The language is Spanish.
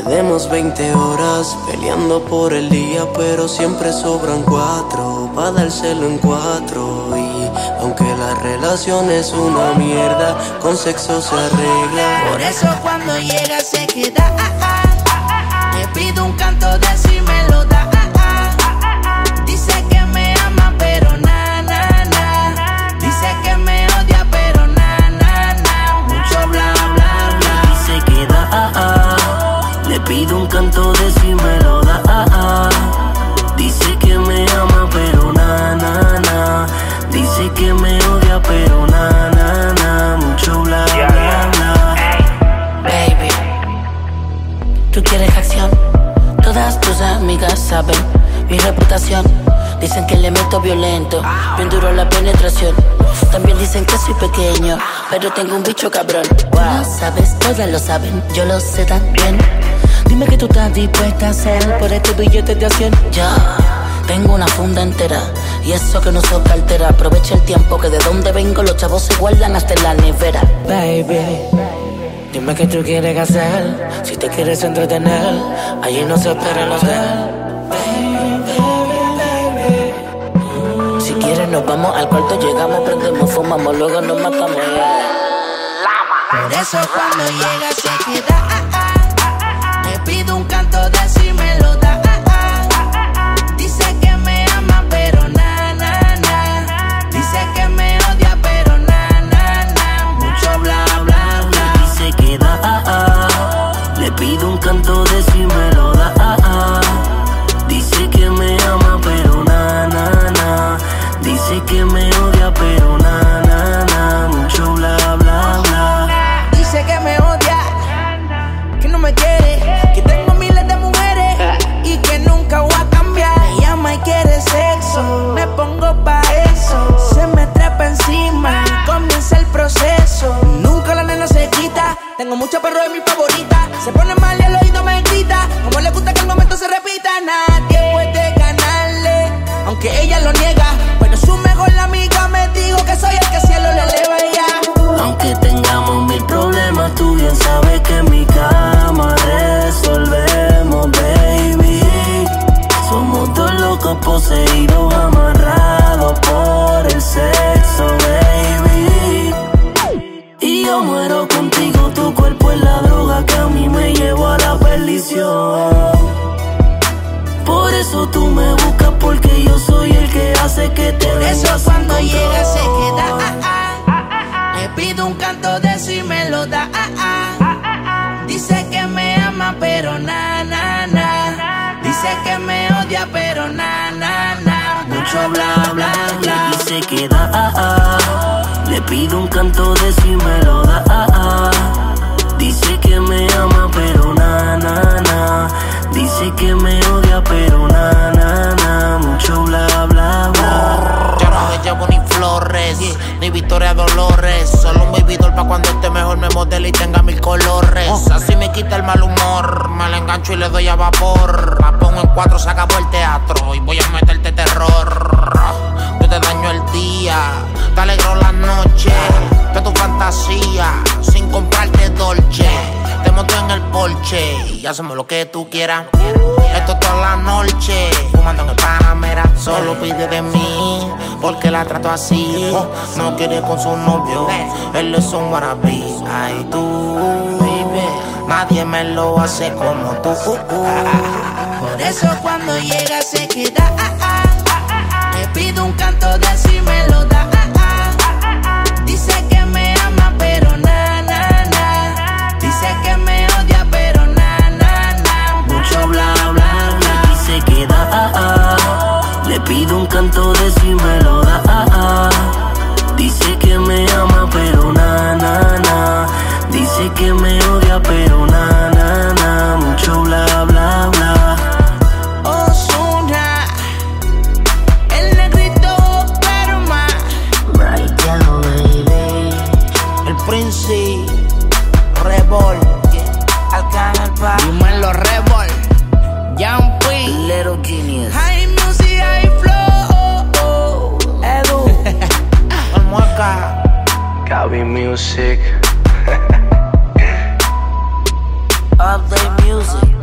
Perdemos 20 horas peleando por el día, pero siempre sobran 4 pa' dárselo en 4. Y aunque la relación es una mierda, con sexo se arregla. Por eso cuando llega se queda. Le pido un canto de si me lo da. Dice que me ama pero na na na. Dice que me odia pero na na na. Mucho bla bla bla. Y se queda. Le pido un canto de si me lo da. Dice que me ama pero na na na. Dice que me odia pero na na na. Mucho bla bla bla. Baby, tú quieres acción. Todas tus amigas saben mi reputación. Dicen que le meto violento, bien duro la penetración. También dicen que soy pequeño, pero tengo un bicho cabrón. Tú lo sabes, todas lo saben, yo lo sé también. Dime que tú estás dispuesta a hacer por este billete de acción. Yo tengo una funda entera y eso que no uso cartera. Aprovecha el tiempo que de donde vengo los chavos se guardan hasta en la nevera. Baby, dime qué tú quieres hacer. Si te quieres entretener, allí no se espera el hotel. Si quieres nos vamos al cuarto, llegamos, prendemos, fumamos, luego nos matamos. Por eso cuando llega se queda. Le pido un canto de si me lo da. Dice que me ama pero na na na. Dice que me odia pero na na na. Mucho bla bla bla. Y se queda. Le pido un canto de si me lo da. Dice que me ama pero na na na. Dice que me odia pero na na na. Mucho bla bla bla. Dice que me odia, que no me quiere, que tengo miles de mujeres y que nunca voy a cambiar. Me llama y quiere sexo, me pongo pa' eso. Se me trepa encima y comienza el proceso. Nunca la nena se quita, tengo mucho perro de mi favorita. Se pone mal y al oído me grita, como le gusta que el momento se repita. Nadie puede ganarle, aunque ella lo niega. Pero su mejor amiga me dijo que soy el que cielo le eleva ya. Aunque tengamos mil problemas, tú bien sabes que en mi cama resolvemos, baby. Somos dos locos poseídos, amarrados por el sexo, baby. Y yo muero contigo, tu cuerpo es la droga que a mí me llevó a la perdición. Por eso tú me buscas, porque yo soy el que hace que te Por eso vengas cuando sin llega se control. queda. Le pido un canto de si me lo da. Dice que me ama pero na na na. Dice que me odia pero na na na. Mucho bla bla bla. Y se queda. Le pido un canto de si me lo da. Dice que me ama pero na na na. Dice que me odia pero na na na. Mucho bla bla bla. Yo no me llevo ni flores, ni Victoria Dolores. Solo un vividor pa' cuando esté mejor me modele y tenga 1000 colores. Así me quita el mal humor, me la engancho y le doy a vapor. La pongo en 4, se acabó el teatro y voy a meterte terror. Yo te daño el día, te alegro la noche, de tu fantasía, sin comprarte dolce. Te monto en el Porsche y hacemos lo que tú quieras. Esto toda la noche, fumando en el Panamera. Solo pide de mí, porque la trato así. No quiere con su novio, él es un wannabe. Ay, tú, baby, nadie me lo hace como tú. Por eso cuando llega se queda. Le pido un canto de si me lo da. Dice que me ama pero na na na. Dice que me odia pero na na na. Mucho bla bla bla. Y se queda. Le pido un canto de si me lo da. Dice que me ama pero na na na. Dice que me odia pero na na na. Mucho bla bla bla. Ozuna, el negrito Perma. Right down, baby. El Prince, Rebol, Arcángel, Dímelo Rebol, Jumpy, Little Genius. High Music, High Flow, Edu, el Mueca. Gaby Music. Update music.